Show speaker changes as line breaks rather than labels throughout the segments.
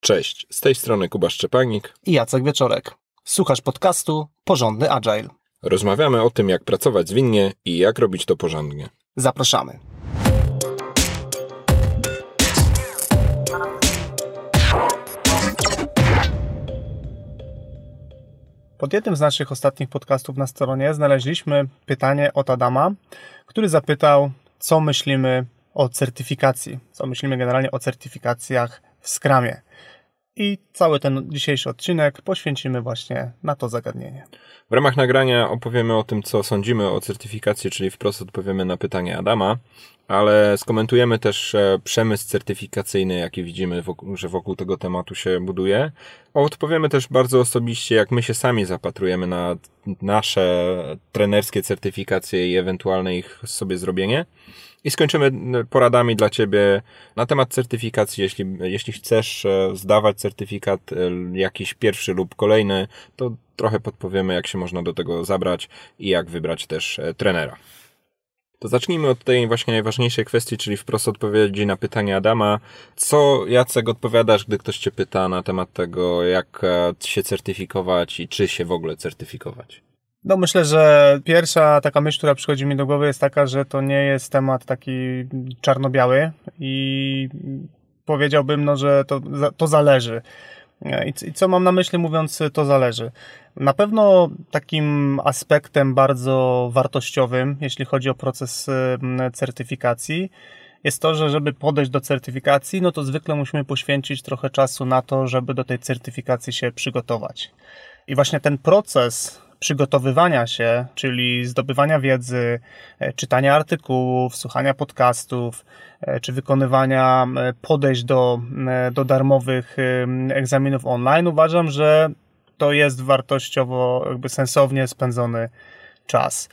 Cześć, z tej strony Kuba Szczepanik
i Jacek Wieczorek. Słuchasz podcastu Porządny Agile.
Rozmawiamy o tym, jak pracować zwinnie i jak robić to porządnie.
Zapraszamy. Pod jednym z naszych ostatnich podcastów na stronie znaleźliśmy pytanie od Adama, który zapytał, co myślimy o certyfikacji, co myślimy generalnie o certyfikacjach w Scrumie. I cały ten dzisiejszy odcinek poświęcimy właśnie na to zagadnienie.
W ramach nagrania opowiemy o tym, co sądzimy o certyfikacji, czyli wprost odpowiemy na pytanie Adama, ale skomentujemy też przemysł certyfikacyjny, jaki widzimy, że wokół tego tematu się buduje. Odpowiemy też bardzo osobiście, jak my się sami zapatrujemy na nasze trenerskie certyfikacje i ewentualne ich sobie zrobienie. I skończymy poradami dla Ciebie na temat certyfikacji. Jeśli chcesz zdawać certyfikat jakiś pierwszy lub kolejny, to trochę podpowiemy, jak się można do tego zabrać i jak wybrać też trenera. To zacznijmy od tej właśnie najważniejszej kwestii, czyli wprost odpowiedzi na pytanie Adama. Co, Jacek, odpowiadasz, gdy ktoś Cię pyta na temat tego, jak się certyfikować i czy się w ogóle certyfikować?
No myślę, że pierwsza taka myśl, która przychodzi mi do głowy, jest taka, że to nie jest temat taki czarno-biały i powiedziałbym, że to zależy. I co mam na myśli, mówiąc to zależy? Na pewno takim aspektem bardzo wartościowym, jeśli chodzi o proces certyfikacji, jest to, że żeby podejść do certyfikacji, no to zwykle musimy poświęcić trochę czasu na to, żeby do tej certyfikacji się przygotować. I właśnie ten proces przygotowywania się, czyli zdobywania wiedzy, czytania artykułów, słuchania podcastów, czy wykonywania podejść do darmowych egzaminów online, uważam, że to jest wartościowo, sensownie spędzony czas.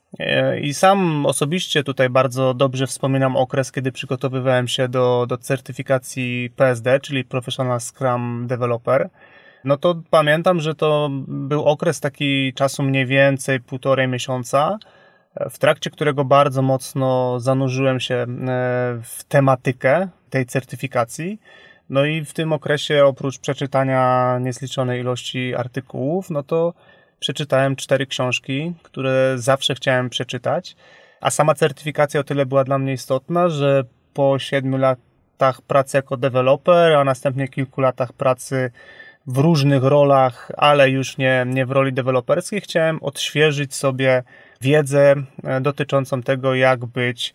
I sam osobiście tutaj bardzo dobrze wspominam okres, kiedy przygotowywałem się do certyfikacji PSD, czyli Professional Scrum Developer. No to pamiętam, że to był okres taki czasu mniej więcej 1,5 miesiąca, w trakcie którego bardzo mocno zanurzyłem się w tematykę tej certyfikacji. No i w tym okresie oprócz przeczytania niezliczonej ilości artykułów, no to przeczytałem 4 książki, które zawsze chciałem przeczytać, a sama certyfikacja o tyle była dla mnie istotna, że po 7 latach pracy jako deweloper, a następnie kilku latach pracy w różnych rolach, ale już nie w roli deweloperskiej, chciałem odświeżyć sobie wiedzę dotyczącą tego, jak być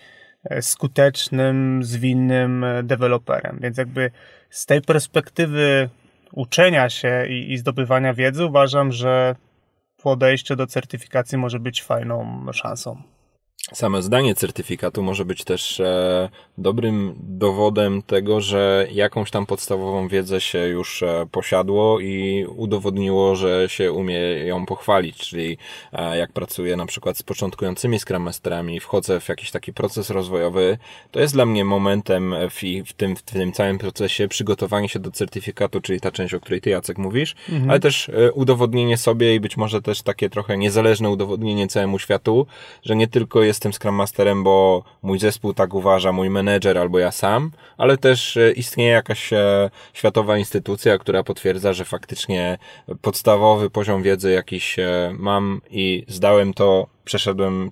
skutecznym, zwinnym deweloperem. Więc z tej perspektywy uczenia się i zdobywania wiedzy uważam, że podejście do certyfikacji może być fajną szansą.
Same zdanie certyfikatu może być też dobrym dowodem tego, że jakąś tam podstawową wiedzę się już posiadło i udowodniło, że się umie ją pochwalić, czyli jak pracuję na przykład z początkującymi Scrum Masterami, wchodzę w jakiś taki proces rozwojowy, to jest dla mnie momentem w tym całym procesie przygotowanie się do certyfikatu, czyli ta część, o której Ty, Jacek, mówisz, ale też udowodnienie sobie i być może też takie trochę niezależne udowodnienie całemu światu, że nie tylko jestem Scrum Masterem, bo mój zespół tak uważa, mój menedżer albo ja sam, ale też istnieje jakaś światowa instytucja, która potwierdza, że faktycznie podstawowy poziom wiedzy jakiś mam i zdałem to, przeszedłem,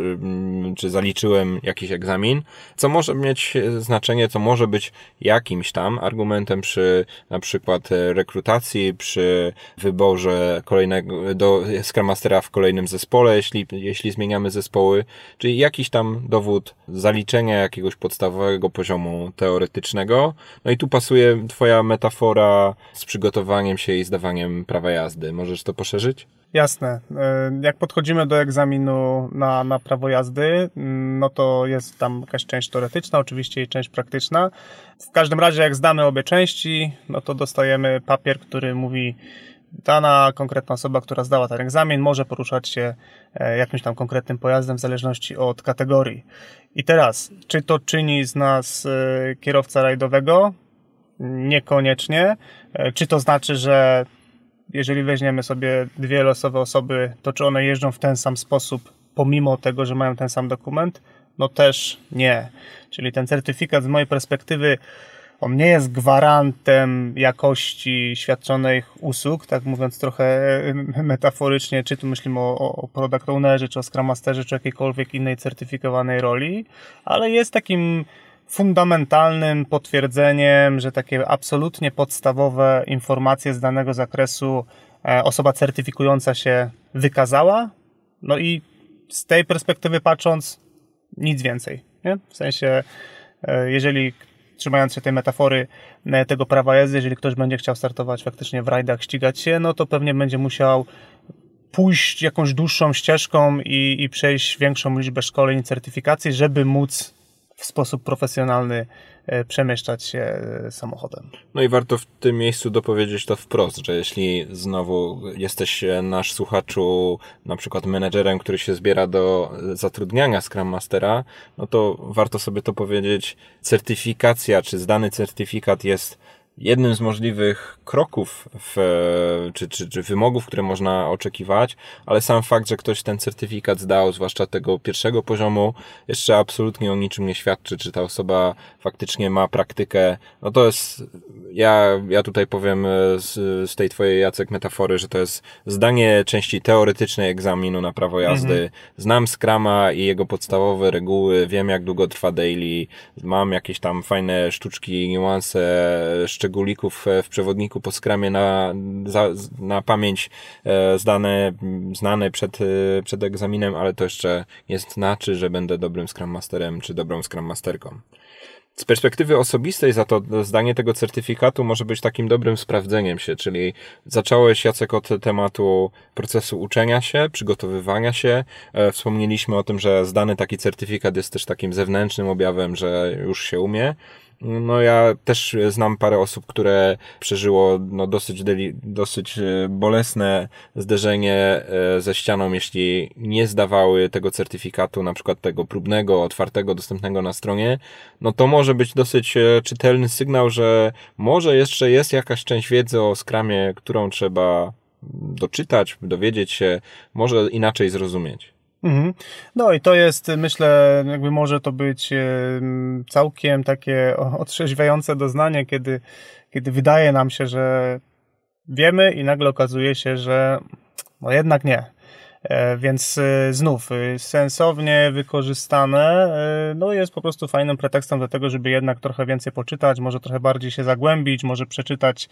czy zaliczyłem jakiś egzamin, co może mieć znaczenie, co może być jakimś tam argumentem przy na przykład rekrutacji, przy wyborze kolejnego do Scrum Mastera w kolejnym zespole, jeśli zmieniamy zespoły, czyli jakiś tam dowód zaliczenia jakiegoś podstawowego poziomu teoretycznego. No i tu pasuje Twoja metafora z przygotowaniem się i zdawaniem prawa jazdy. Możesz to poszerzyć?
Jasne. Jak podchodzimy do egzaminu na prawo jazdy, no to jest tam jakaś część teoretyczna, oczywiście i część praktyczna. W każdym razie jak zdamy obie części, no to dostajemy papier, który mówi, dana konkretna osoba, która zdała ten egzamin, może poruszać się jakimś tam konkretnym pojazdem w zależności od kategorii. I teraz, czy to czyni z nas kierowca rajdowego? Niekoniecznie. Czy to znaczy, że jeżeli weźmiemy sobie 2 losowe osoby, to czy one jeżdżą w ten sam sposób, pomimo tego, że mają ten sam dokument? No też nie. Czyli ten certyfikat z mojej perspektywy on nie jest gwarantem jakości świadczonych usług, tak mówiąc trochę metaforycznie, czy tu myślimy o product ownerze, czy o Scrum Masterze, czy jakiejkolwiek innej certyfikowanej roli, ale jest takim fundamentalnym potwierdzeniem, że takie absolutnie podstawowe informacje z danego zakresu osoba certyfikująca się wykazała, no i z tej perspektywy patrząc nic więcej, nie? W sensie, jeżeli trzymając się tej metafory tego prawa jazdy, jeżeli ktoś będzie chciał startować faktycznie w rajdach, ścigać się, no to pewnie będzie musiał pójść jakąś dłuższą ścieżką i przejść większą liczbę szkoleń i certyfikacji, żeby móc w sposób profesjonalny przemieszczać się samochodem.
No i warto w tym miejscu dopowiedzieć to wprost, że jeśli znowu jesteś, nasz słuchaczu, na przykład menedżerem, który się zbiera do zatrudniania Scrum Mastera, no to warto sobie to powiedzieć, certyfikacja, czy zdany certyfikat jest jednym z możliwych kroków czy wymogów, które można oczekiwać, ale sam fakt, że ktoś ten certyfikat zdał, zwłaszcza tego pierwszego poziomu, jeszcze absolutnie o niczym nie świadczy, czy ta osoba faktycznie ma praktykę. No to jest, ja tutaj powiem z tej twojej, Jacek, metafory, że to jest zdanie części teoretycznej egzaminu na prawo jazdy. Znam Scruma i jego podstawowe reguły, wiem jak długo trwa daily, mam jakieś tam fajne sztuczki, niuanse, szczególików w przewodniku po Scrumie na pamięć znane przed egzaminem, ale to jeszcze nie znaczy, że będę dobrym Scrum Masterem czy dobrą Scrum Masterką. Z perspektywy osobistej za to zdanie tego certyfikatu może być takim dobrym sprawdzeniem się, czyli zacząłeś, Jacek, od tematu procesu uczenia się, przygotowywania się. Wspomnieliśmy o tym, że zdany taki certyfikat jest też takim zewnętrznym objawem, że już się umie. No ja też znam parę osób, które przeżyło dosyć bolesne zderzenie ze ścianą, jeśli nie zdawały tego certyfikatu, na przykład tego próbnego, otwartego, dostępnego na stronie. No to może być dosyć czytelny sygnał, że może jeszcze jest jakaś część wiedzy o Scrumie, którą trzeba doczytać, dowiedzieć się, może inaczej zrozumieć.
No i to jest, myślę, jakby może to być całkiem takie otrzeźwiające doznanie, kiedy wydaje nam się, że wiemy i nagle okazuje się, że no jednak nie. Więc znów sensownie wykorzystane no jest po prostu fajnym pretekstem do tego, żeby jednak trochę więcej poczytać, może trochę bardziej się zagłębić, może przeczytać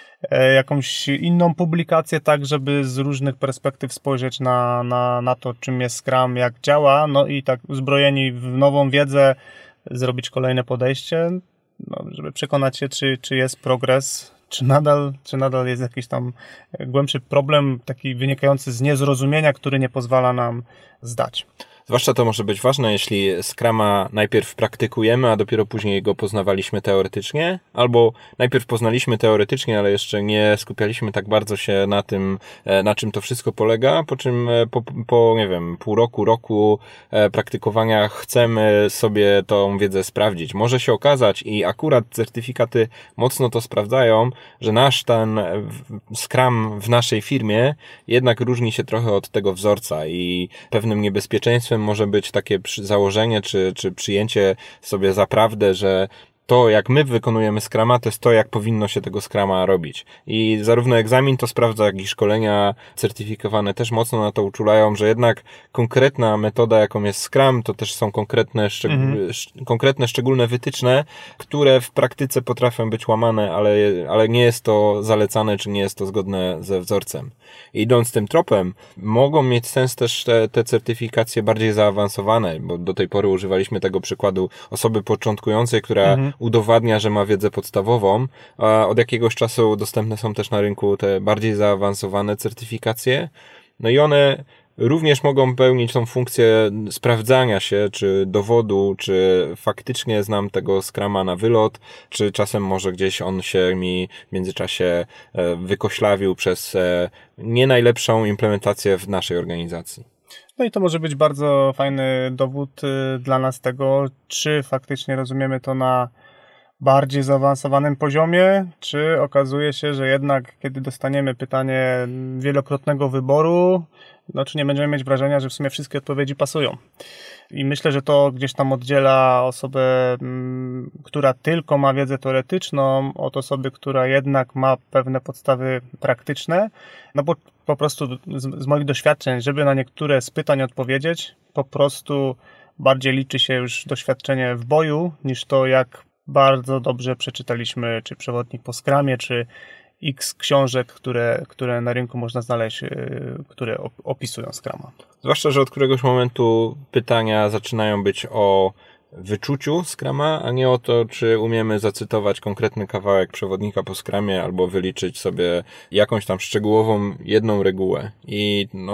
jakąś inną publikację, tak żeby z różnych perspektyw spojrzeć na to, czym jest Scrum, jak działa, no i tak uzbrojeni w nową wiedzę zrobić kolejne podejście, no, żeby przekonać się, czy jest progres, czy nadal jest jakiś tam głębszy problem, taki wynikający z niezrozumienia, który nie pozwala nam zdać.
Zwłaszcza to może być ważne, jeśli Scruma najpierw praktykujemy, a dopiero później go poznawaliśmy teoretycznie, albo najpierw poznaliśmy teoretycznie, ale jeszcze nie skupialiśmy tak bardzo się na tym, na czym to wszystko polega, po czym po nie wiem, pół roku praktykowania chcemy sobie tą wiedzę sprawdzić. Może się okazać i akurat certyfikaty mocno to sprawdzają, że nasz ten Scrum w naszej firmie jednak różni się trochę od tego wzorca i pewnym niebezpieczeństwem może być takie założenie, czy przyjęcie sobie za prawdę, że to, jak my wykonujemy Scruma, to jest to, jak powinno się tego Scruma robić. I zarówno egzamin to sprawdza, jak i szkolenia certyfikowane też mocno na to uczulają, że jednak konkretna metoda, jaką jest Scrum, to też są konkretne, szczególne wytyczne, które w praktyce potrafią być łamane, ale nie jest to zalecane, czy nie jest to zgodne ze wzorcem. I idąc tym tropem, mogą mieć sens też te certyfikacje bardziej zaawansowane, bo do tej pory używaliśmy tego przykładu osoby początkującej, która udowadnia, że ma wiedzę podstawową, a od jakiegoś czasu dostępne są też na rynku te bardziej zaawansowane certyfikacje. No i one również mogą pełnić tą funkcję sprawdzania się, czy dowodu, czy faktycznie znam tego Scruma na wylot, czy czasem może gdzieś on się mi w międzyczasie wykoślawił przez nie najlepszą implementację w naszej organizacji.
No i to może być bardzo fajny dowód dla nas tego, czy faktycznie rozumiemy to na bardziej zaawansowanym poziomie, czy okazuje się, że jednak kiedy dostaniemy pytanie wielokrotnego wyboru, no czy nie będziemy mieć wrażenia, że w sumie wszystkie odpowiedzi pasują. I myślę, że to gdzieś tam oddziela osobę, która tylko ma wiedzę teoretyczną, od osoby, która jednak ma pewne podstawy praktyczne, no bo po prostu z moich doświadczeń, żeby na niektóre z pytań odpowiedzieć, po prostu bardziej liczy się już doświadczenie w boju, niż to, jak bardzo dobrze przeczytaliśmy czy przewodnik po Scrumie, czy X książek, które na rynku można znaleźć, które opisują Scruma.
Zwłaszcza, że od któregoś momentu pytania zaczynają być o wyczuciu Scruma, a nie o to, czy umiemy zacytować konkretny kawałek przewodnika po Scrumie albo wyliczyć sobie jakąś tam szczegółową jedną regułę. I no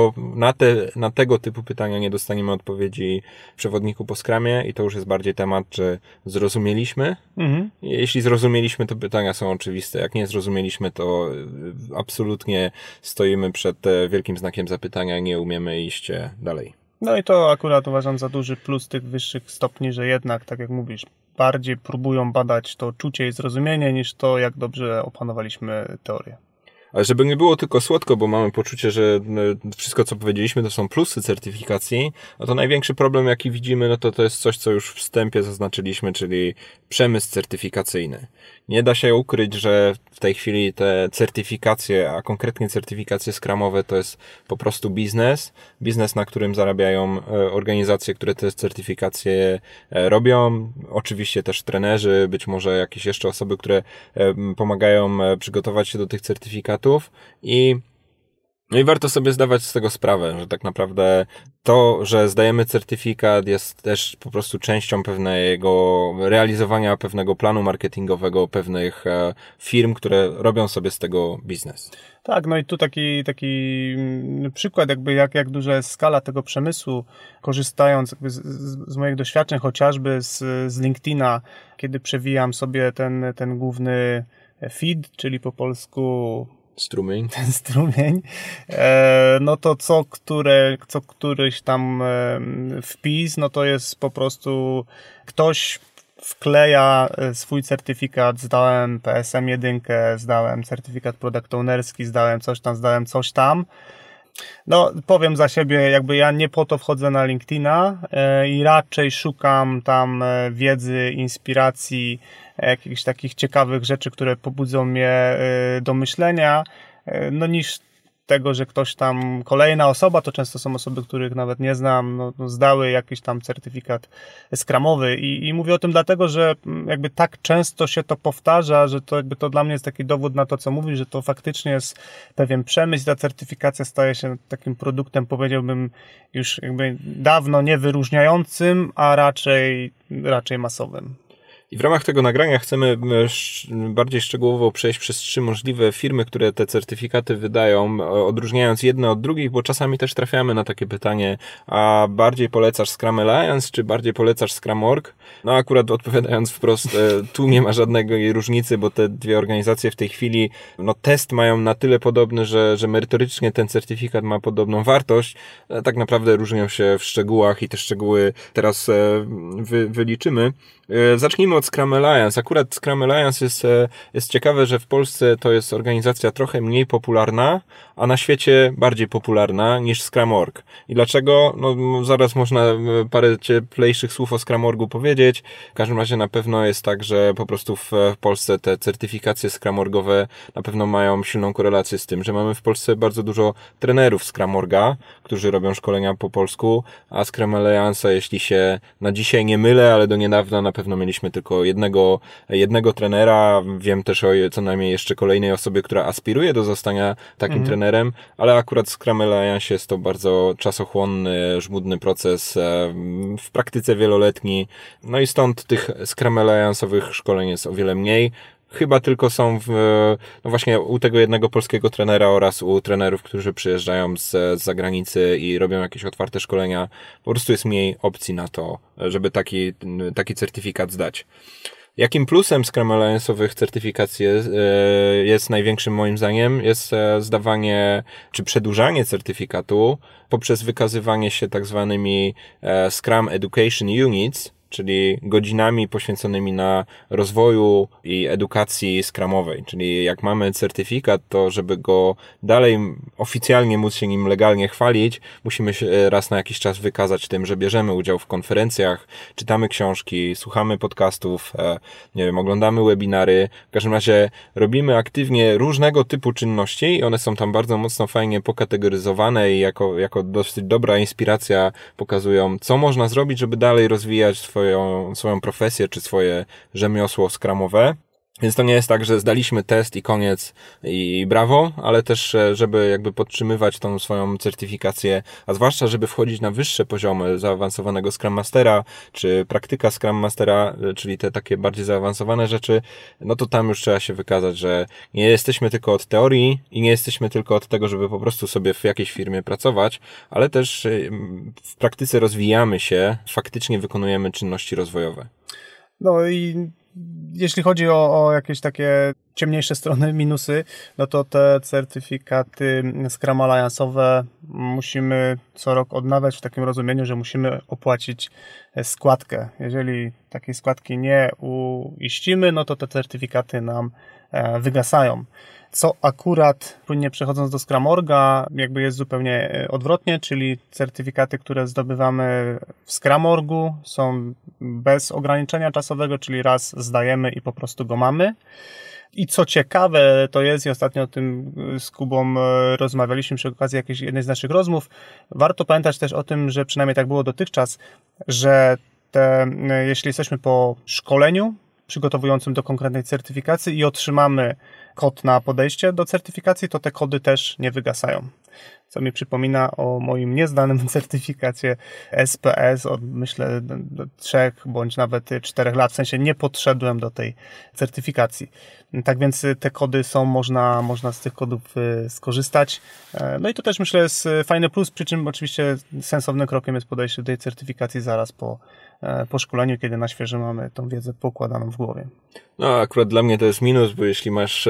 na tego typu pytania nie dostaniemy odpowiedzi w przewodniku po Scrumie i to już jest bardziej temat, że zrozumieliśmy. Jeśli zrozumieliśmy, to pytania są oczywiste. Jak nie zrozumieliśmy, to absolutnie stoimy przed wielkim znakiem zapytania i nie umiemy iść dalej.
No i to akurat uważam za duży plus tych wyższych stopni, że jednak, tak jak mówisz, bardziej próbują badać to czucie i zrozumienie niż to, jak dobrze opanowaliśmy teorię.
Ale żeby nie było tylko słodko, bo mamy poczucie, że wszystko, co powiedzieliśmy, to są plusy certyfikacji, no to największy problem, jaki widzimy, no to jest coś, co już w wstępie zaznaczyliśmy, czyli przemysł certyfikacyjny. Nie da się ukryć, że w tej chwili te certyfikacje, a konkretnie certyfikacje scrumowe, to jest po prostu biznes, na którym zarabiają organizacje, które te certyfikacje robią, oczywiście też trenerzy, być może jakieś jeszcze osoby, które pomagają przygotować się do tych certyfikatów i warto sobie zdawać z tego sprawę, że tak naprawdę to, że zdajemy certyfikat, jest też po prostu częścią pewnego realizowania pewnego planu marketingowego pewnych firm, które robią sobie z tego biznes.
Tak, no i tu taki przykład, jakby jak duża jest skala tego przemysłu, korzystając z moich doświadczeń, chociażby z LinkedIna, kiedy przewijam sobie ten główny feed, czyli po polsku
strumień.
Ten strumień, no to co któryś tam wpis, no to jest po prostu ktoś wkleja swój certyfikat, zdałem PSM 1, zdałem certyfikat product ownerski, zdałem coś tam. No, powiem za siebie, jakby ja nie po to wchodzę na LinkedIna i raczej szukam tam wiedzy, inspiracji, jakichś takich ciekawych rzeczy, które pobudzą mnie do myślenia, no niż tego, że ktoś tam, kolejna osoba, to często są osoby, których nawet nie znam, no zdały jakiś tam certyfikat scrumowy i mówię o tym dlatego, że jakby tak często się to powtarza, że to jakby to dla mnie jest taki dowód na to, co mówisz, że to faktycznie jest pewien przemysł i ta certyfikacja staje się takim produktem, powiedziałbym, już jakby dawno nie wyróżniającym, a raczej masowym.
I w ramach tego nagrania chcemy bardziej szczegółowo przejść przez 3 możliwe firmy, które te certyfikaty wydają, odróżniając jedne od drugich, bo czasami też trafiamy na takie pytanie, a bardziej polecasz Scrum Alliance, czy bardziej polecasz Scrum.org? No akurat odpowiadając wprost, tu nie ma żadnej różnicy, bo te dwie organizacje w tej chwili, no test mają na tyle podobny, że merytorycznie ten certyfikat ma podobną wartość, tak naprawdę różnią się w szczegółach i te szczegóły teraz wyliczymy. Zacznijmy od Scrum Alliance. Akurat Scrum Alliance jest ciekawe, że w Polsce to jest organizacja trochę mniej popularna, a na świecie bardziej popularna niż Scrum.org. I dlaczego? No zaraz można parę cieplejszych słów o Scrum.orgu powiedzieć. W każdym razie na pewno jest tak, że po prostu w Polsce te certyfikacje Scrum.orgowe na pewno mają silną korelację z tym, że mamy w Polsce bardzo dużo trenerów Scrum.orga, którzy robią szkolenia po polsku, a Scrum Alliance, jeśli się na dzisiaj nie mylę, ale do niedawna na pewno mieliśmy tylko jednego trenera. Wiem też o co najmniej jeszcze kolejnej osobie, która aspiruje do zostania takim trenerem, ale akurat w Scrum Alliance jest to bardzo czasochłonny, żmudny proces, w praktyce wieloletni. No i stąd tych Scrum Alliance'owych szkoleń jest o wiele mniej. Chyba tylko są no właśnie u tego jednego polskiego trenera oraz u trenerów, którzy przyjeżdżają z zagranicy i robią jakieś otwarte szkolenia. Po prostu jest mniej opcji na to, żeby taki certyfikat zdać. Jakim plusem Scrum Alliance'owych certyfikacji jest największym moim zdaniem, jest zdawanie czy przedłużanie certyfikatu poprzez wykazywanie się tak zwanymi Scrum Education Units, czyli godzinami poświęconymi na rozwoju i edukacji scrumowej. Czyli jak mamy certyfikat, to żeby go dalej oficjalnie móc się nim legalnie chwalić, musimy się raz na jakiś czas wykazać tym, że bierzemy udział w konferencjach, czytamy książki, słuchamy podcastów, nie wiem, oglądamy webinary. W każdym razie robimy aktywnie różnego typu czynności i one są tam bardzo mocno fajnie pokategoryzowane i jako dosyć dobra inspiracja pokazują, co można zrobić, żeby dalej rozwijać swoją profesję czy swoje rzemiosło scrumowe. Więc to nie jest tak, że zdaliśmy test i koniec i brawo, ale też, żeby jakby podtrzymywać tą swoją certyfikację, a zwłaszcza, żeby wchodzić na wyższe poziomy zaawansowanego Scrum Mastera, czy praktyka Scrum Mastera, czyli te takie bardziej zaawansowane rzeczy, no to tam już trzeba się wykazać, że nie jesteśmy tylko od teorii i nie jesteśmy tylko od tego, żeby po prostu sobie w jakiejś firmie pracować, ale też w praktyce rozwijamy się, faktycznie wykonujemy czynności rozwojowe.
No i jeśli chodzi o jakieś takie ciemniejsze strony, minusy, no to te certyfikaty Scrum Alliance'owe musimy co rok odnawiać w takim rozumieniu, że musimy opłacić składkę. Jeżeli takiej składki nie uiścimy, no to te certyfikaty nam wygasają. Co akurat płynnie przechodząc do Scrum.orga jakby jest zupełnie odwrotnie, czyli certyfikaty, które zdobywamy w Scrum.orgu są bez ograniczenia czasowego, czyli raz zdajemy i po prostu go mamy. I co ciekawe to jest, i ostatnio o tym z Kubą rozmawialiśmy przy okazji jakiejś jednej z naszych rozmów, warto pamiętać też o tym, że przynajmniej tak było dotychczas, że jeśli jesteśmy po szkoleniu przygotowującym do konkretnej certyfikacji i otrzymamy kod na podejście do certyfikacji, to te kody też nie wygasają. Co mi przypomina o moim niezdanym certyfikacie SPS od myślę 3 bądź nawet 4 lat. W sensie nie podszedłem do tej certyfikacji. Tak więc te kody są, można z tych kodów skorzystać. No i to też myślę jest fajny plus, przy czym oczywiście sensownym krokiem jest podejście do tej certyfikacji zaraz po szkoleniu, kiedy na świeżo mamy tą wiedzę pokładaną w głowie.
No akurat dla mnie to jest minus, bo jeśli masz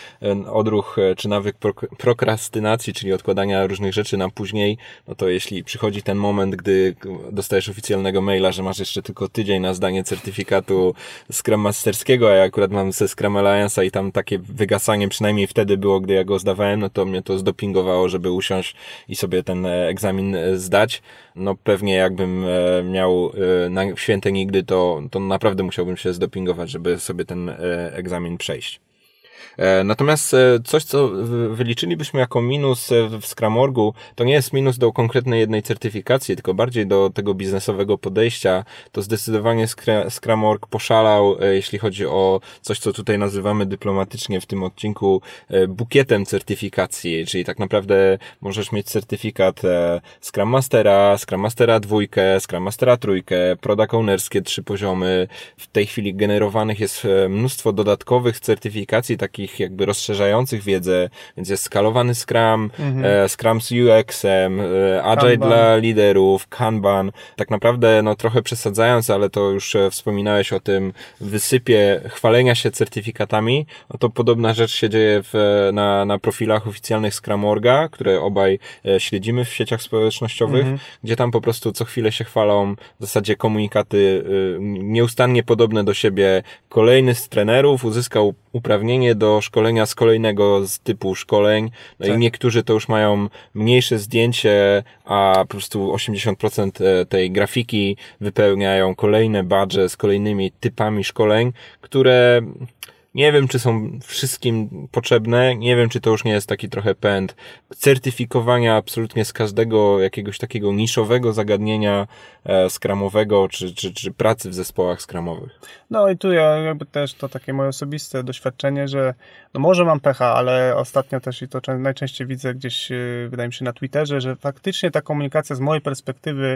odruch czy nawyk prokrastynacji, czyli odkładania różnych rzeczy na później, no to jeśli przychodzi ten moment, gdy dostajesz oficjalnego maila, że masz jeszcze tylko tydzień na zdanie certyfikatu Scrum Masterskiego, a ja akurat mam ze Scrum Alliance'a i tam takie wygasanie przynajmniej wtedy było, gdy ja go zdawałem, no to mnie to zdopingowało, żeby usiąść i sobie ten egzamin zdać. No pewnie jakbym miał na święte nigdy, to naprawdę musiałbym się zdopingować, żeby sobie ten egzamin przejść. Natomiast coś, co wyliczylibyśmy jako minus w Scrum.orgu, to nie jest minus do konkretnej jednej certyfikacji, tylko bardziej do tego biznesowego podejścia. To zdecydowanie Scrum.org poszalał, jeśli chodzi o coś, co tutaj nazywamy dyplomatycznie w tym odcinku bukietem certyfikacji, czyli tak naprawdę możesz mieć certyfikat Scrum Mastera 2, Scrum Mastera 3, Product Ownerskie 3 poziomy. W tej chwili generowanych jest mnóstwo dodatkowych certyfikacji, takich jakby rozszerzających wiedzę, więc jest skalowany Scrum, Scrum z UX-em, Agile
Kanban
dla liderów, Kanban. Tak naprawdę, no trochę przesadzając, ale to już wspominałeś o tym wysypie chwalenia się certyfikatami, no to podobna rzecz się dzieje na profilach oficjalnych Scrum.orga, które obaj śledzimy w sieciach społecznościowych, gdzie tam po prostu co chwilę się chwalą w zasadzie komunikaty nieustannie podobne do siebie. Kolejny z trenerów uzyskał uprawnienie do szkolenia z kolejnego z typu szkoleń. No tak. I niektórzy to już mają mniejsze zdjęcie, a po prostu 80% tej grafiki wypełniają kolejne badże z kolejnymi typami szkoleń, które nie wiem, czy są wszystkim potrzebne. Nie wiem, czy to już nie jest taki trochę pęd certyfikowania absolutnie z każdego jakiegoś takiego niszowego zagadnienia scrumowego, czy pracy w zespołach scrumowych.
No i tu ja jakby też to takie moje osobiste doświadczenie, że no może mam pecha, ale ostatnio też i to najczęściej widzę gdzieś, wydaje mi się, na Twitterze, że faktycznie ta komunikacja z mojej perspektywy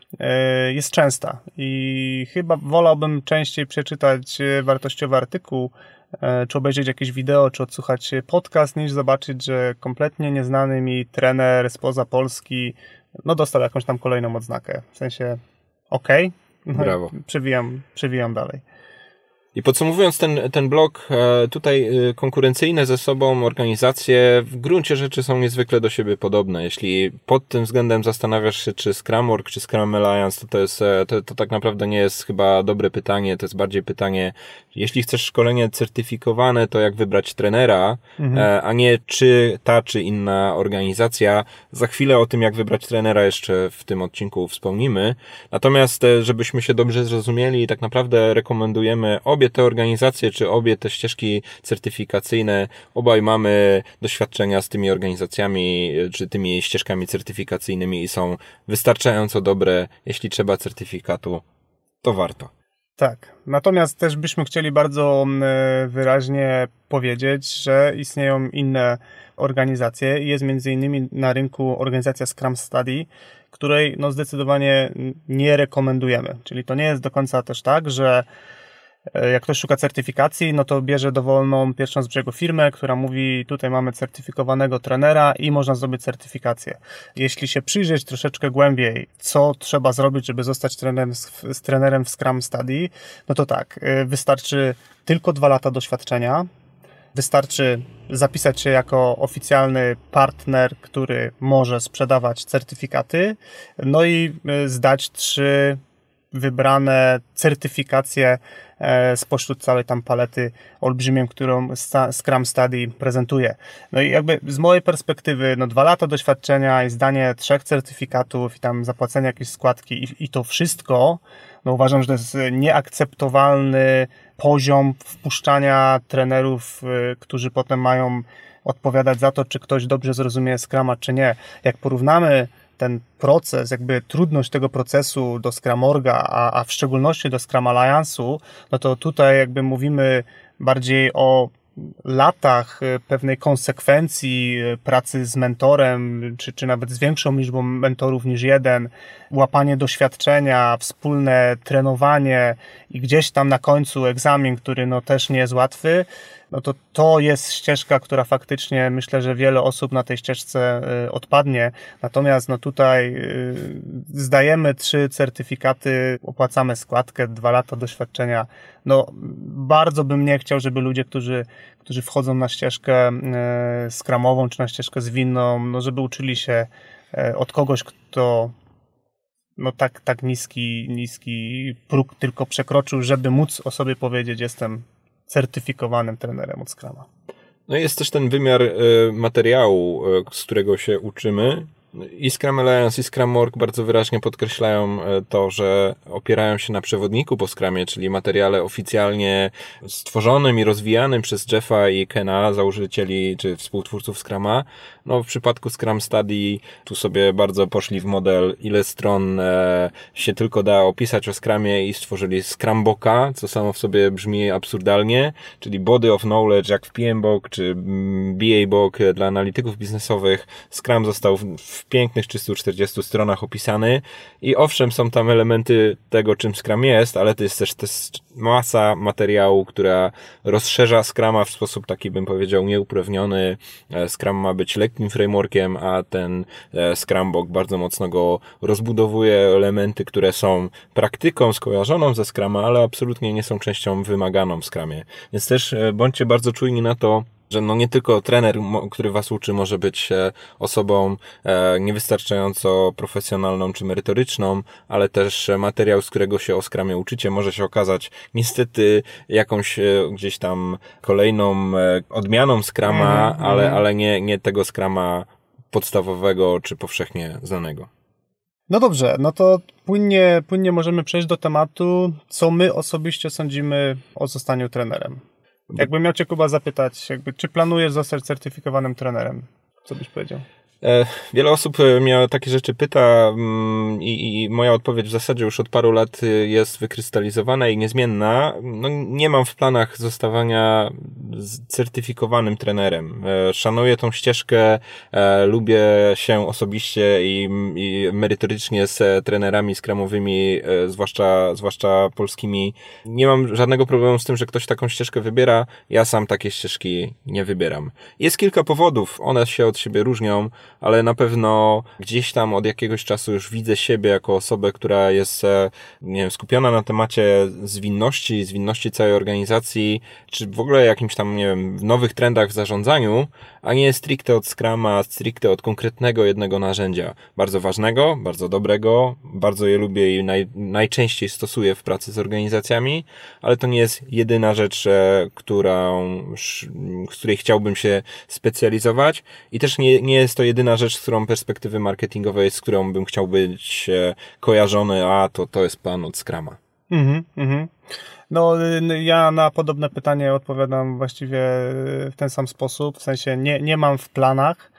jest częsta i chyba wolałbym częściej przeczytać wartościowy artykuł, czy obejrzeć jakieś wideo, czy odsłuchać podcast, niż zobaczyć, że kompletnie nieznany mi trener spoza Polski no dostał jakąś tam kolejną odznakę. W sensie okej,
Brawo.
Przewijam dalej.
I podsumowując ten blok, tutaj konkurencyjne ze sobą organizacje w gruncie rzeczy są niezwykle do siebie podobne. Jeśli pod tym względem zastanawiasz się, czy Scrum.org, czy Scrum Alliance, to tak naprawdę nie jest chyba dobre pytanie, to jest bardziej pytanie, jeśli chcesz szkolenie certyfikowane, to jak wybrać trenera, a nie czy ta, czy inna organizacja. Za chwilę o tym, jak wybrać trenera jeszcze w tym odcinku wspomnimy. Natomiast, żebyśmy się dobrze zrozumieli, tak naprawdę rekomendujemy obie te organizacje, czy obie te ścieżki certyfikacyjne, obaj mamy doświadczenia z tymi organizacjami, czy tymi ścieżkami certyfikacyjnymi i są wystarczająco dobre. Jeśli trzeba certyfikatu, to warto.
Tak. Natomiast też byśmy chcieli bardzo wyraźnie powiedzieć, że istnieją inne organizacje. Jest między innymi na rynku organizacja Scrum Study, której zdecydowanie nie rekomendujemy. Czyli to nie jest do końca też tak, że jak ktoś szuka certyfikacji, to bierze dowolną pierwszą z brzegu firmę, która mówi, tutaj mamy certyfikowanego trenera i można zrobić certyfikację. Jeśli się przyjrzeć troszeczkę głębiej, co trzeba zrobić, żeby zostać trenerem w Scrum Study, to tak, wystarczy tylko 2 lata doświadczenia, wystarczy zapisać się jako oficjalny partner, który może sprzedawać certyfikaty, i zdać 3 wybrane certyfikacje spośród całej tam palety olbrzymiej, którą Scrum Study prezentuje. I jakby z mojej perspektywy 2 lata doświadczenia i zdanie 3 certyfikatów i tam zapłacenie jakiejś składki i to wszystko, uważam, że to jest nieakceptowalny poziom wpuszczania trenerów, którzy potem mają odpowiadać za to, czy ktoś dobrze zrozumie Scruma, czy nie. Jak porównamy ten proces, jakby trudność tego procesu do Scrum.orga, a w szczególności do Scrum Alliance'u, to tutaj jakby mówimy bardziej o latach pewnej konsekwencji pracy z mentorem, czy nawet z większą liczbą mentorów niż jeden, łapanie doświadczenia, wspólne trenowanie i gdzieś tam na końcu egzamin, który też nie jest łatwy, to jest ścieżka, która faktycznie myślę, że wiele osób na tej ścieżce odpadnie. Natomiast tutaj zdajemy 3 certyfikaty, opłacamy składkę, 2 lata doświadczenia. Bardzo bym nie chciał, żeby ludzie, którzy wchodzą na ścieżkę scrumową czy na ścieżkę zwinną, żeby uczyli się od kogoś, kto tak niski próg tylko przekroczył, żeby móc o sobie powiedzieć, jestem certyfikowanym trenerem od Scruma.
Jest też ten wymiar materiału, z którego się uczymy. I Scrum Alliance, i Scrum.org bardzo wyraźnie podkreślają to, że opierają się na przewodniku po Scrumie, czyli materiale oficjalnie stworzonym i rozwijanym przez Jeffa i Kena, założycieli czy współtwórców Scruma. W przypadku Scrum Study tu sobie bardzo poszli w model, ile stron się tylko da opisać o Scrumie i stworzyli Scrumboka, co samo w sobie brzmi absurdalnie, czyli body of knowledge, jak w PMBOK czy BABOK dla analityków biznesowych. Scrum został w pięknych 340 stronach opisany i owszem, są tam elementy tego, czym Scrum jest, ale to jest też masa materiału, która rozszerza Scruma w sposób taki, bym powiedział, nieuprawniony. Scrum ma być lekkim frameworkiem, a ten Scrumbok bardzo mocno go rozbudowuje, elementy, które są praktyką skojarzoną ze Scruma, ale absolutnie nie są częścią wymaganą w Scrumie. Więc też bądźcie bardzo czujni na to, że nie tylko trener, który was uczy, może być osobą niewystarczająco profesjonalną czy merytoryczną, ale też materiał, z którego się o Scrumie uczycie, może się okazać niestety jakąś gdzieś tam kolejną odmianą Scruma, ale nie tego Scruma podstawowego czy powszechnie znanego.
Dobrze, to płynnie możemy przejść do tematu, co my osobiście sądzimy o zostaniu trenerem. Jakbym miał cię, Kuba, zapytać, czy planujesz zostać certyfikowanym trenerem? Co byś powiedział?
Wiele osób mnie o takie rzeczy pyta i moja odpowiedź w zasadzie już od paru lat jest wykrystalizowana i niezmienna. Nie mam w planach zostawania certyfikowanym trenerem. Szanuję tą ścieżkę, lubię się osobiście i merytorycznie z trenerami scrumowymi, zwłaszcza polskimi. Nie mam żadnego problemu z tym, że ktoś taką ścieżkę wybiera. Ja sam takie ścieżki nie wybieram. Jest kilka powodów, one się od siebie różnią. ale na pewno gdzieś tam od jakiegoś czasu już widzę siebie jako osobę, która jest, nie wiem, skupiona na temacie zwinności całej organizacji, czy w ogóle jakimś tam, nie wiem, nowych trendach w zarządzaniu, a nie stricte od Scruma, stricte od konkretnego jednego narzędzia. Bardzo ważnego, bardzo dobrego, bardzo je lubię i najczęściej stosuję w pracy z organizacjami, ale to nie jest jedyna rzecz, z której chciałbym się specjalizować i też nie jest to jedyna rzecz, z którą perspektywy marketingowej, z którą bym chciał być kojarzony, a to jest plan od Scruma.
No, ja na podobne pytanie odpowiadam właściwie w ten sam sposób, w sensie nie mam w planach.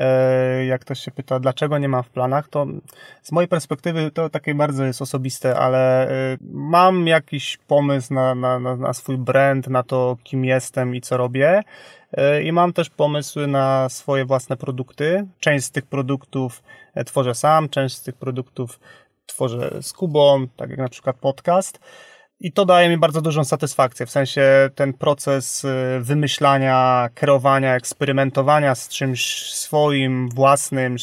Jak ktoś się pyta, dlaczego nie mam w planach, to z mojej perspektywy to takie bardzo jest osobiste, ale mam jakiś pomysł na swój brand, na to, kim jestem i co robię. I mam też pomysły na swoje własne produkty. Część z tych produktów tworzę sam, część z tych produktów tworzę z Kubą, tak jak na przykład podcast. I to daje mi bardzo dużą satysfakcję, w sensie ten proces wymyślania, kreowania, eksperymentowania z czymś swoim, własnym,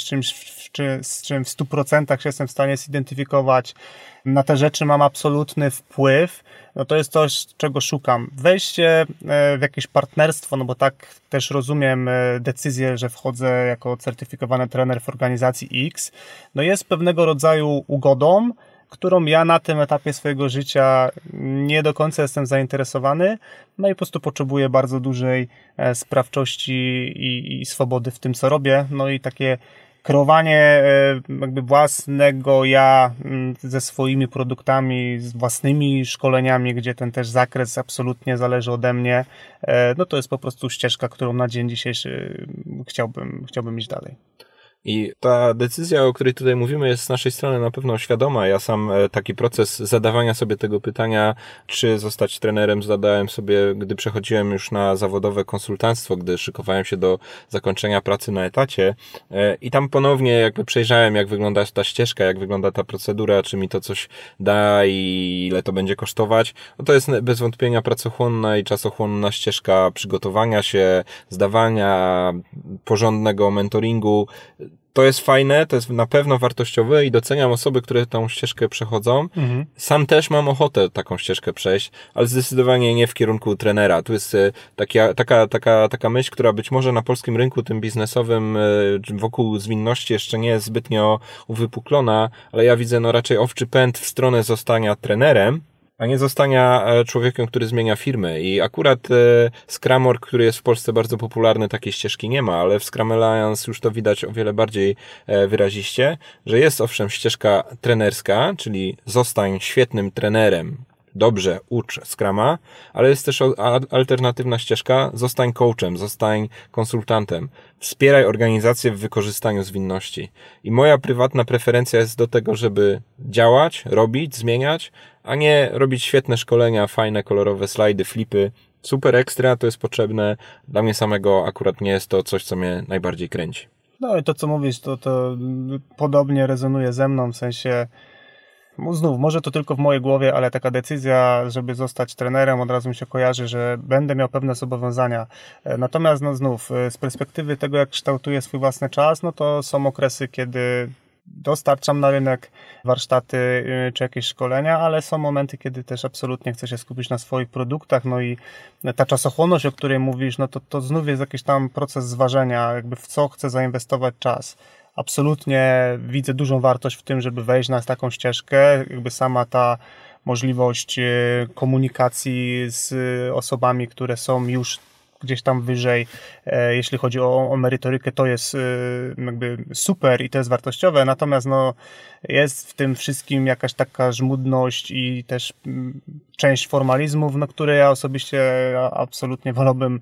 z czym w 100% się jestem w stanie zidentyfikować, na te rzeczy mam absolutny wpływ, no to jest coś, czego szukam. Wejście w jakieś partnerstwo, no bo tak też rozumiem decyzję, że wchodzę jako certyfikowany trener w organizacji X, no jest pewnego rodzaju ugodą, którą ja na tym etapie swojego życia nie do końca jestem zainteresowany, no i po prostu potrzebuję bardzo dużej sprawczości i swobody w tym, co robię, no i takie kreowanie jakby własnego ja ze swoimi produktami, z własnymi szkoleniami, gdzie ten też zakres absolutnie zależy ode mnie, no to jest po prostu ścieżka, którą na dzień dzisiejszy chciałbym iść dalej.
I ta decyzja, o której tutaj mówimy, jest z naszej strony na pewno świadoma. Ja sam taki proces zadawania sobie tego pytania, czy zostać trenerem, zadałem sobie, gdy przechodziłem już na zawodowe konsultantstwo, gdy szykowałem się do zakończenia pracy na etacie i tam ponownie jakby przejrzałem, jak wygląda ta ścieżka, jak wygląda ta procedura, czy mi to coś da i ile to będzie kosztować. No to jest bez wątpienia pracochłonna i czasochłonna ścieżka przygotowania się, zdawania porządnego mentoringu. To jest fajne, to jest na pewno wartościowe i doceniam osoby, które tą ścieżkę przechodzą. Sam też mam ochotę taką ścieżkę przejść, ale zdecydowanie nie w kierunku trenera. Tu jest taka myśl, która być może na polskim rynku tym biznesowym wokół zwinności jeszcze nie jest zbytnio uwypuklona, ale ja widzę raczej owczy pęd w stronę zostania trenerem, a nie zostania człowiekiem, który zmienia firmę. I akurat Scrum.org, który jest w Polsce bardzo popularny, takiej ścieżki nie ma, ale w Scrum Alliance już to widać o wiele bardziej wyraziście, że jest owszem ścieżka trenerska, czyli zostań świetnym trenerem, dobrze ucz Scruma, ale jest też alternatywna ścieżka, zostań coachem, zostań konsultantem, wspieraj organizację w wykorzystaniu zwinności. I moja prywatna preferencja jest do tego, żeby działać, robić, zmieniać, a nie robić świetne szkolenia, fajne, kolorowe slajdy, flipy. Super ekstra, to jest potrzebne. Dla mnie samego akurat nie jest to coś, co mnie najbardziej kręci.
No i to, co mówisz, to podobnie rezonuje ze mną, w sensie znów, może to tylko w mojej głowie, ale taka decyzja, żeby zostać trenerem, od razu mi się kojarzy, że będę miał pewne zobowiązania. Natomiast znów, z perspektywy tego, jak kształtuję swój własny czas, no to są okresy, kiedy dostarczam na rynek warsztaty czy jakieś szkolenia, ale są momenty, kiedy też absolutnie chcę się skupić na swoich produktach, no i ta czasochłonność, o której mówisz, no to znów jest jakiś tam proces zważenia, jakby w co chcę zainwestować czas. Absolutnie widzę dużą wartość w tym, żeby wejść na taką ścieżkę, jakby sama ta możliwość komunikacji z osobami, które są już gdzieś tam wyżej, jeśli chodzi o merytorykę, to jest jakby super i to jest wartościowe, natomiast jest w tym wszystkim jakaś taka żmudność i też część formalizmów, które ja osobiście absolutnie wolałbym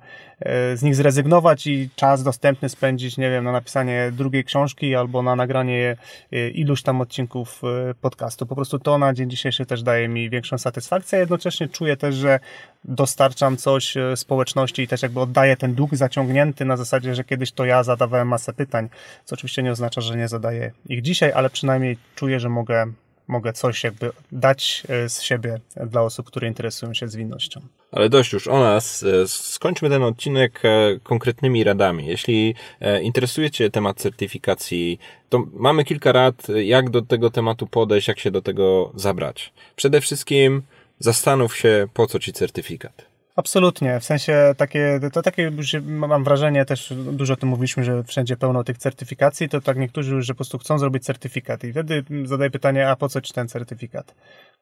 z nich zrezygnować i czas dostępny spędzić, nie wiem, na napisanie drugiej książki albo na nagranie iluś tam odcinków podcastu. Po prostu to na dzień dzisiejszy też daje mi większą satysfakcję, jednocześnie czuję też, że dostarczam coś społeczności i też jakby oddaję ten dług zaciągnięty na zasadzie, że kiedyś to ja zadawałem masę pytań, co oczywiście nie oznacza, że nie zadaję ich dzisiaj, ale przynajmniej czuję, że mogę mogę coś jakby dać z siebie dla osób, które interesują się zwinnością.
Ale dość już o nas. Skończmy ten odcinek konkretnymi radami. Jeśli interesuje Cię temat certyfikacji, to mamy kilka rad, jak do tego tematu podejść, jak się do tego zabrać. Przede wszystkim zastanów się, po co Ci certyfikat.
Absolutnie, w sensie takie mam wrażenie, też dużo o tym mówiliśmy, że wszędzie pełno tych certyfikacji, to tak niektórzy już, że po prostu chcą zrobić certyfikat i wtedy zadaję pytanie, a po co ci ten certyfikat?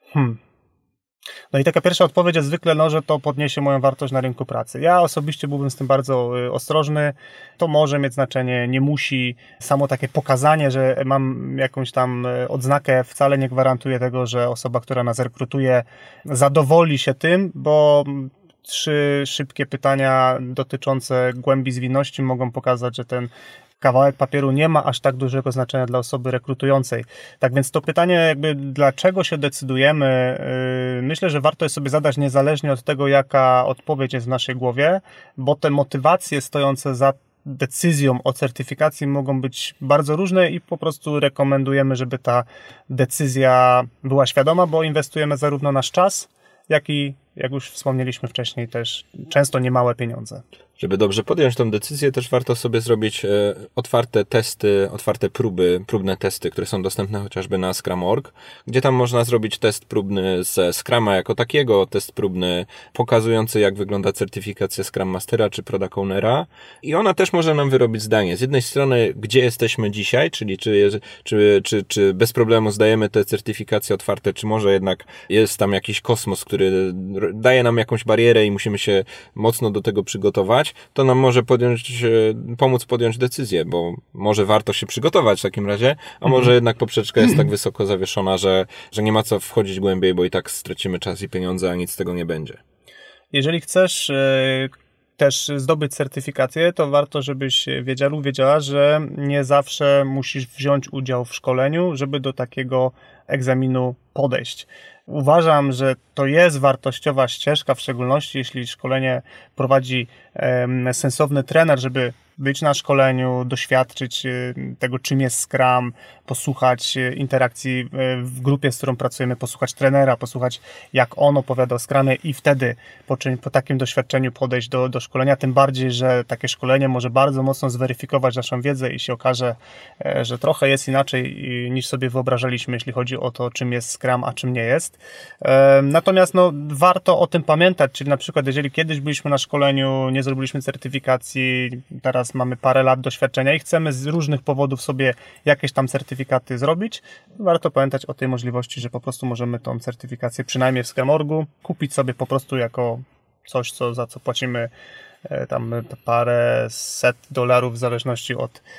No i taka pierwsza odpowiedź jest zwykle, że to podniesie moją wartość na rynku pracy. Ja osobiście byłbym z tym bardzo ostrożny. To może mieć znaczenie, nie musi. Samo takie pokazanie, że mam jakąś tam odznakę, wcale nie gwarantuje tego, że osoba, która nas rekrutuje, zadowoli się tym, bo 3 szybkie pytania dotyczące głębi zwinności mogą pokazać, że ten kawałek papieru nie ma aż tak dużego znaczenia dla osoby rekrutującej. Tak więc to pytanie jakby dlaczego się decydujemy, myślę, że warto jest sobie zadać niezależnie od tego, jaka odpowiedź jest w naszej głowie, bo te motywacje stojące za decyzją o certyfikacji mogą być bardzo różne i po prostu rekomendujemy, żeby ta decyzja była świadoma, bo inwestujemy zarówno nasz czas, jak i, jak już wspomnieliśmy wcześniej, też często niemałe pieniądze.
Żeby dobrze podjąć tę decyzję, też warto sobie zrobić otwarte testy, próbne testy, które są dostępne chociażby na Scrum.org, gdzie tam można zrobić test próbny ze Scruma jako takiego, test próbny pokazujący, jak wygląda certyfikacja Scrum Mastera czy Product Ownera i ona też może nam wyrobić zdanie. Z jednej strony, gdzie jesteśmy dzisiaj, czyli czy bez problemu zdajemy te certyfikacje otwarte, czy może jednak jest tam jakiś kosmos, który daje nam jakąś barierę i musimy się mocno do tego przygotować, to nam może pomóc podjąć decyzję, bo może warto się przygotować w takim razie, a może jednak poprzeczka jest tak wysoko zawieszona, że nie ma co wchodzić głębiej, bo i tak stracimy czas i pieniądze, a nic z tego nie będzie.
Jeżeli chcesz też zdobyć certyfikację, to warto, żebyś wiedział lub wiedziała, że nie zawsze musisz wziąć udział w szkoleniu, żeby do takiego egzaminu podejść. Uważam, że to jest wartościowa ścieżka, w szczególności jeśli szkolenie prowadzi sensowny trener, żeby być na szkoleniu, doświadczyć tego, czym jest Scrum, posłuchać interakcji w grupie, z którą pracujemy, posłuchać trenera, posłuchać, jak on opowiada o Scrumie i wtedy po takim doświadczeniu podejść do szkolenia, tym bardziej, że takie szkolenie może bardzo mocno zweryfikować naszą wiedzę i się okaże, że trochę jest inaczej niż sobie wyobrażaliśmy, jeśli chodzi o to, czym jest Scrum, a czym nie jest. Natomiast warto o tym pamiętać, czyli na przykład jeżeli kiedyś byliśmy na szkoleniu, nie zrobiliśmy certyfikacji, teraz mamy parę lat doświadczenia i chcemy z różnych powodów sobie jakieś tam certyfikaty zrobić, warto pamiętać o tej możliwości, że po prostu możemy tą certyfikację przynajmniej w Scrum.orgu kupić sobie po prostu jako coś, za co płacimy tam parę set dolarów w zależności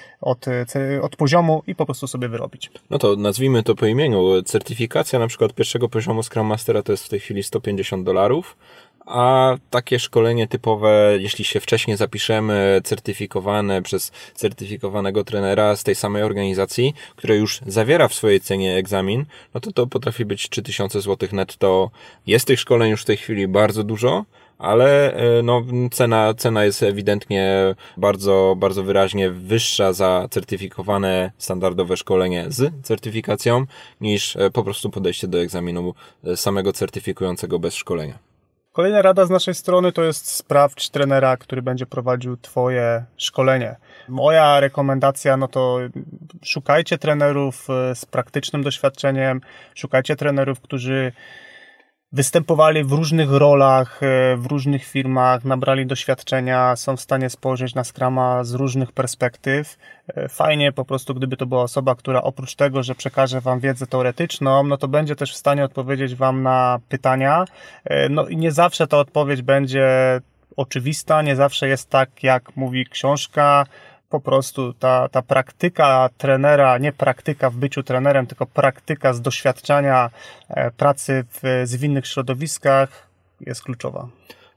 od poziomu i po prostu sobie wyrobić.
No to nazwijmy to po imieniu. Certyfikacja na przykład pierwszego poziomu Scrum Mastera to jest w tej chwili $150, a takie szkolenie typowe, jeśli się wcześniej zapiszemy, certyfikowane przez certyfikowanego trenera z tej samej organizacji, które już zawiera w swojej cenie egzamin, no to potrafi być 3000 zł netto. Jest tych szkoleń już w tej chwili bardzo dużo, ale cena jest ewidentnie bardzo, bardzo wyraźnie wyższa za certyfikowane standardowe szkolenie z certyfikacją niż po prostu podejście do egzaminu samego certyfikującego bez szkolenia.
Kolejna rada z naszej strony to jest sprawdź trenera, który będzie prowadził Twoje szkolenie. Moja rekomendacja, to szukajcie trenerów z praktycznym doświadczeniem, szukajcie trenerów, którzy występowali w różnych rolach, w różnych firmach, nabrali doświadczenia, są w stanie spojrzeć na Scruma z różnych perspektyw. Fajnie po prostu, gdyby to była osoba, która oprócz tego, że przekaże Wam wiedzę teoretyczną, to będzie też w stanie odpowiedzieć Wam na pytania. I nie zawsze ta odpowiedź będzie oczywista, nie zawsze jest tak, jak mówi książka. Po prostu ta praktyka trenera, nie praktyka w byciu trenerem, tylko praktyka z doświadczenia pracy w zwinnych środowiskach jest kluczowa.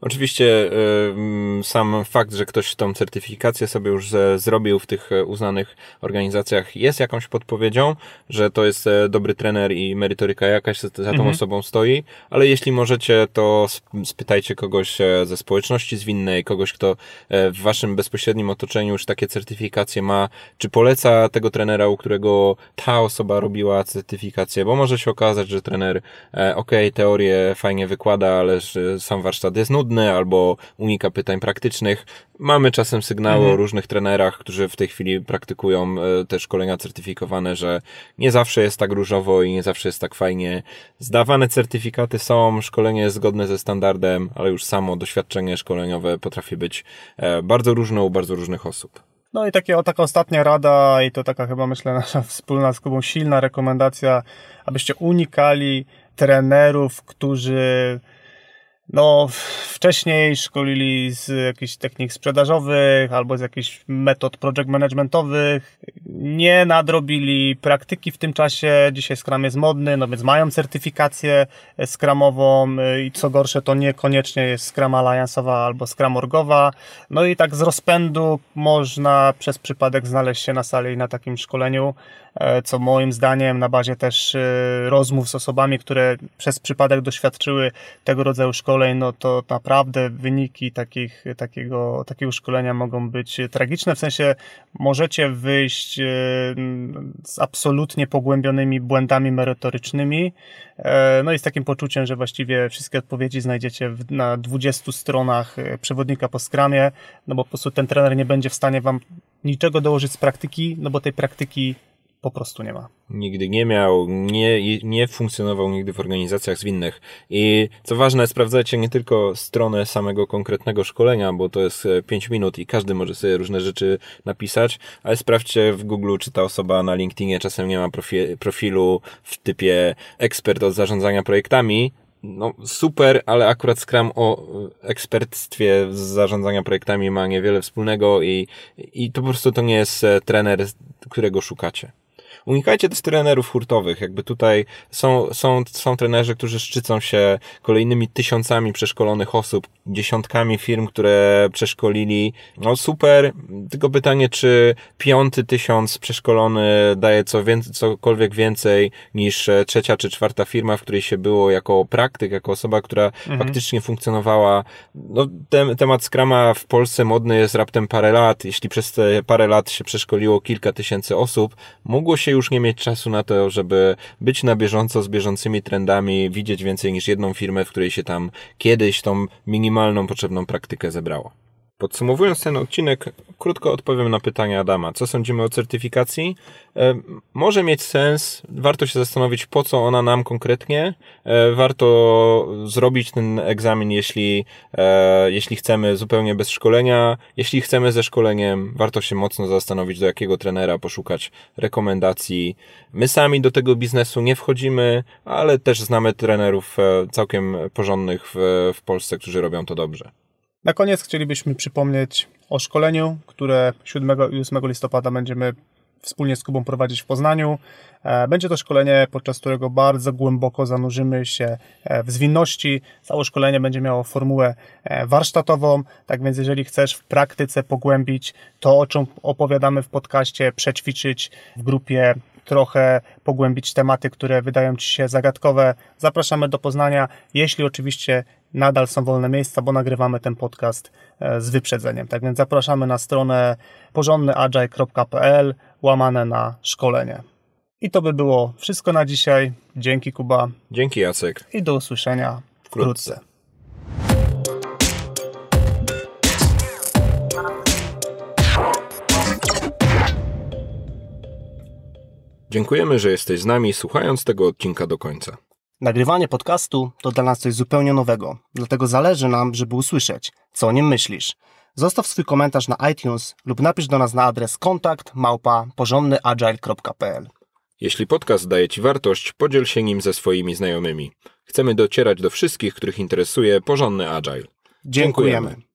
Oczywiście sam fakt, że ktoś tą certyfikację sobie już zrobił w tych uznanych organizacjach jest jakąś podpowiedzią, że to jest dobry trener i merytoryka jakaś za tą osobą stoi, ale jeśli możecie, to spytajcie kogoś ze społeczności zwinnej, kogoś, kto w waszym bezpośrednim otoczeniu już takie certyfikacje ma, czy poleca tego trenera, u którego ta osoba robiła certyfikację, bo może się okazać, że trener teorię fajnie wykłada, ale sam warsztat jest nudny albo unika pytań praktycznych. Mamy czasem sygnały o różnych trenerach, którzy w tej chwili praktykują te szkolenia certyfikowane, że nie zawsze jest tak różowo i nie zawsze jest tak fajnie. Zdawane certyfikaty są, szkolenie jest zgodne ze standardem, ale już samo doświadczenie szkoleniowe potrafi być bardzo różne u bardzo różnych osób.
No i taka ostatnia rada, i to taka chyba, myślę, nasza wspólna z Kubą silna rekomendacja, abyście unikali trenerów, którzy wcześniej szkolili z jakichś technik sprzedażowych albo z jakichś metod project managementowych, nie nadrobili praktyki w tym czasie. Dzisiaj Scrum jest modny, więc mają certyfikację Scrumową i co gorsze, to niekoniecznie jest Scrum Alliance'owa albo Scrum Orgowa. No i tak z rozpędu można przez przypadek znaleźć się na sali na takim szkoleniu, co moim zdaniem na bazie też rozmów z osobami, które przez przypadek doświadczyły tego rodzaju szkoleń, to naprawdę wyniki takiego szkolenia mogą być tragiczne. W sensie możecie wyjść z absolutnie pogłębionymi błędami merytorycznymi, i z takim poczuciem, że właściwie wszystkie odpowiedzi znajdziecie na 20 stronach przewodnika po Scrumie, bo po prostu ten trener nie będzie w stanie wam niczego dołożyć z praktyki, bo tej praktyki po prostu nie ma.
Nigdy nie miał, nie funkcjonował nigdy w organizacjach zwinnych. I co ważne, sprawdzajcie nie tylko stronę samego konkretnego szkolenia, bo to jest 5 minut i każdy może sobie różne rzeczy napisać, ale sprawdźcie w Google, czy ta osoba na LinkedInie czasem nie ma profilu w typie ekspert od zarządzania projektami. Super, ale akurat Scrum o ekspertstwie z zarządzania projektami ma niewiele wspólnego i to po prostu to nie jest trener, którego szukacie. Unikajcie też trenerów hurtowych. Jakby tutaj są trenerzy, którzy szczycą się kolejnymi tysiącami przeszkolonych osób, dziesiątkami firm, które przeszkolili. Super, tylko pytanie, czy 5,000 przeszkolony daje cokolwiek więcej niż 3. czy 4. firma, w której się było jako praktyk, jako osoba, która faktycznie funkcjonowała. Temat Scruma w Polsce modny jest raptem parę lat. Jeśli przez te parę lat się przeszkoliło kilka tysięcy osób, mogło się już nie mieć czasu na to, żeby być na bieżąco z bieżącymi trendami, widzieć więcej niż jedną firmę, w której się tam kiedyś tą minimalną potrzebną praktykę zebrało. Podsumowując ten odcinek, krótko odpowiem na pytanie Adama. Co sądzimy o certyfikacji? Może mieć sens, warto się zastanowić, po co ona nam konkretnie. Warto zrobić ten egzamin, jeśli chcemy zupełnie bez szkolenia. Jeśli chcemy ze szkoleniem, warto się mocno zastanowić, do jakiego trenera poszukać rekomendacji. My sami do tego biznesu nie wchodzimy, ale też znamy trenerów całkiem porządnych w Polsce, którzy robią to dobrze.
Na koniec chcielibyśmy przypomnieć o szkoleniu, które 7 i 8 listopada będziemy wspólnie z Kubą prowadzić w Poznaniu. Będzie to szkolenie, podczas którego bardzo głęboko zanurzymy się w zwinności. Całe szkolenie będzie miało formułę warsztatową, tak więc jeżeli chcesz w praktyce pogłębić to, o czym opowiadamy w podcaście, przećwiczyć w grupie, trochę pogłębić tematy, które wydają Ci się zagadkowe, zapraszamy do Poznania, jeśli oczywiście nadal są wolne miejsca, bo nagrywamy ten podcast z wyprzedzeniem. Tak więc zapraszamy na stronę porządnyagile.pl /szkolenie. I to by było wszystko na dzisiaj. Dzięki, Kuba.
Dzięki, Jacek.
I do usłyszenia wkrótce.
Dziękujemy, że jesteś z nami, słuchając tego odcinka do końca.
Nagrywanie podcastu to dla nas coś zupełnie nowego, dlatego zależy nam, żeby usłyszeć, co o nim myślisz. Zostaw swój komentarz na iTunes lub napisz do nas na adres kontakt@porządnyagile.pl.
Jeśli podcast daje Ci wartość, podziel się nim ze swoimi znajomymi. Chcemy docierać do wszystkich, których interesuje porządny Agile.
Dziękujemy.